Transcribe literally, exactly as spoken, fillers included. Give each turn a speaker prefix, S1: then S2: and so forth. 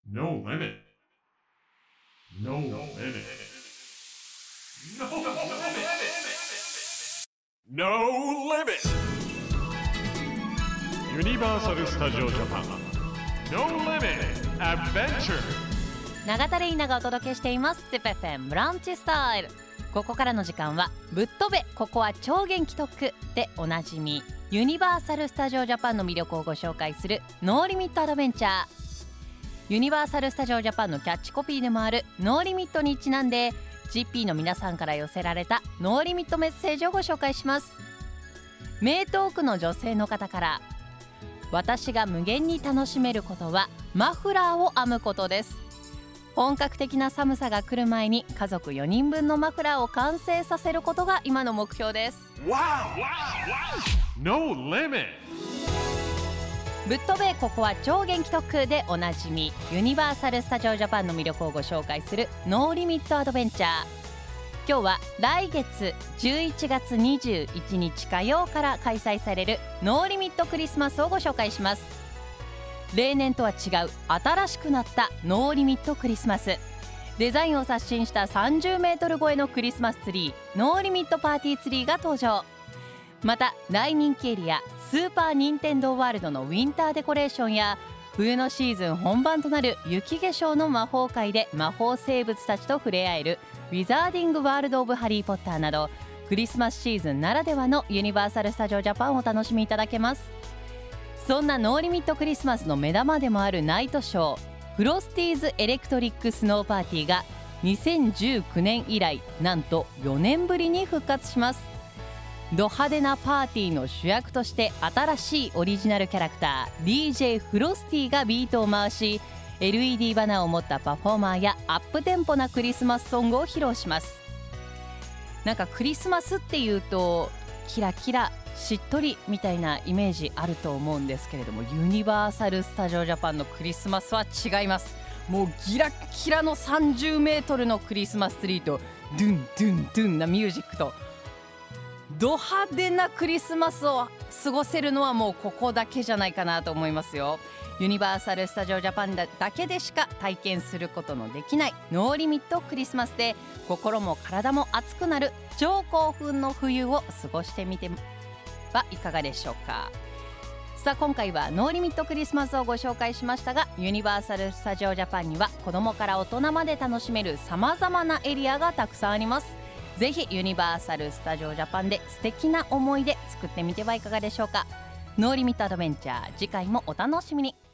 S1: No limit. No limit. No limit. No limit. ユニバーサル・スタジオ・ジャパン No Limit Adventure。
S2: 永田玲奈がお届けしています ゼップエフエム ブランチスタイル。ここからの時間はぶっ飛べここは超元気特区でおなじみユニバーサル・スタジオ・ジャパンの魅力をご紹介するノーリミット・アドベンチャー。ユニバーサル・スタジオ・ジャパンのキャッチコピーでもあるノーリミットにちなんで ジーピー の皆さんから寄せられたノーリミットメッセージをご紹介します。名東区の女性の方から、私が無限に楽しめることはマフラーを編むことです。本格的な寒さが来る前に家族よにんぶんのマフラーを完成させることが今の目標です。
S1: No Limit。
S2: ぶっ飛べここは超元気特区でおなじみユニバーサル・スタジオ・ジャパンの魅力をご紹介するノーリミット・アドベンチャー。今日は来月じゅういちがつにじゅういちにち火曜から開催されるノーリミットクリスマスをご紹介します。例年とは違う新しくなったノーリミットクリスマス。デザインを刷新したさんじゅうメートル超えのクリスマスツリーノーリミットパーティーツリーが登場。また大人気エリアスーパーニンテンドーワールドのウィンターデコレーションや冬のシーズン本番となる雪化粧の魔法界で魔法生物たちと触れ合えるウィザーディングワールドオブハリーポッターなどクリスマスシーズンならではのユニバーサル・スタジオ・ジャパンをお楽しみいただけます。そんなノーリミットクリスマスの目玉でもあるナイトショーフロスティーズ・エレクトリック・スノーパーティーがにせんじゅうきゅうねん以来なんとよねんぶりに復活します。ド派手なパーティーの主役として新しいオリジナルキャラクター ディージェー フロスティがビートを回し エルイーディー バナーを持ったパフォーマーやアップテンポなクリスマスソングを披露します。なんかクリスマスっていうとキラキラしっとりみたいなイメージあると思うんですけれども、ユニバーサル・スタジオ・ジャパンのクリスマスは違います。もうギラッキラのさんじゅうメートルのクリスマスツリーとドゥンドゥンドゥンなミュージックとド派手なクリスマスを過ごせるのはもうここだけじゃないかなと思いますよ。ユニバーサル・スタジオ・ジャパンだけでしか体験することのできないノーリミットクリスマスで心も体も熱くなる超興奮の冬を過ごしてみてはいかがでしょうか。さあ今回はノーリミットクリスマスをご紹介しましたが、ユニバーサル・スタジオ・ジャパンには子どもから大人まで楽しめるさまざまなエリアがたくさんあります。ぜひユニバーサル・スタジオ・ジャパンで素敵な思い出作ってみてはいかがでしょうか。ノーリミットアドベンチャー、次回もお楽しみに。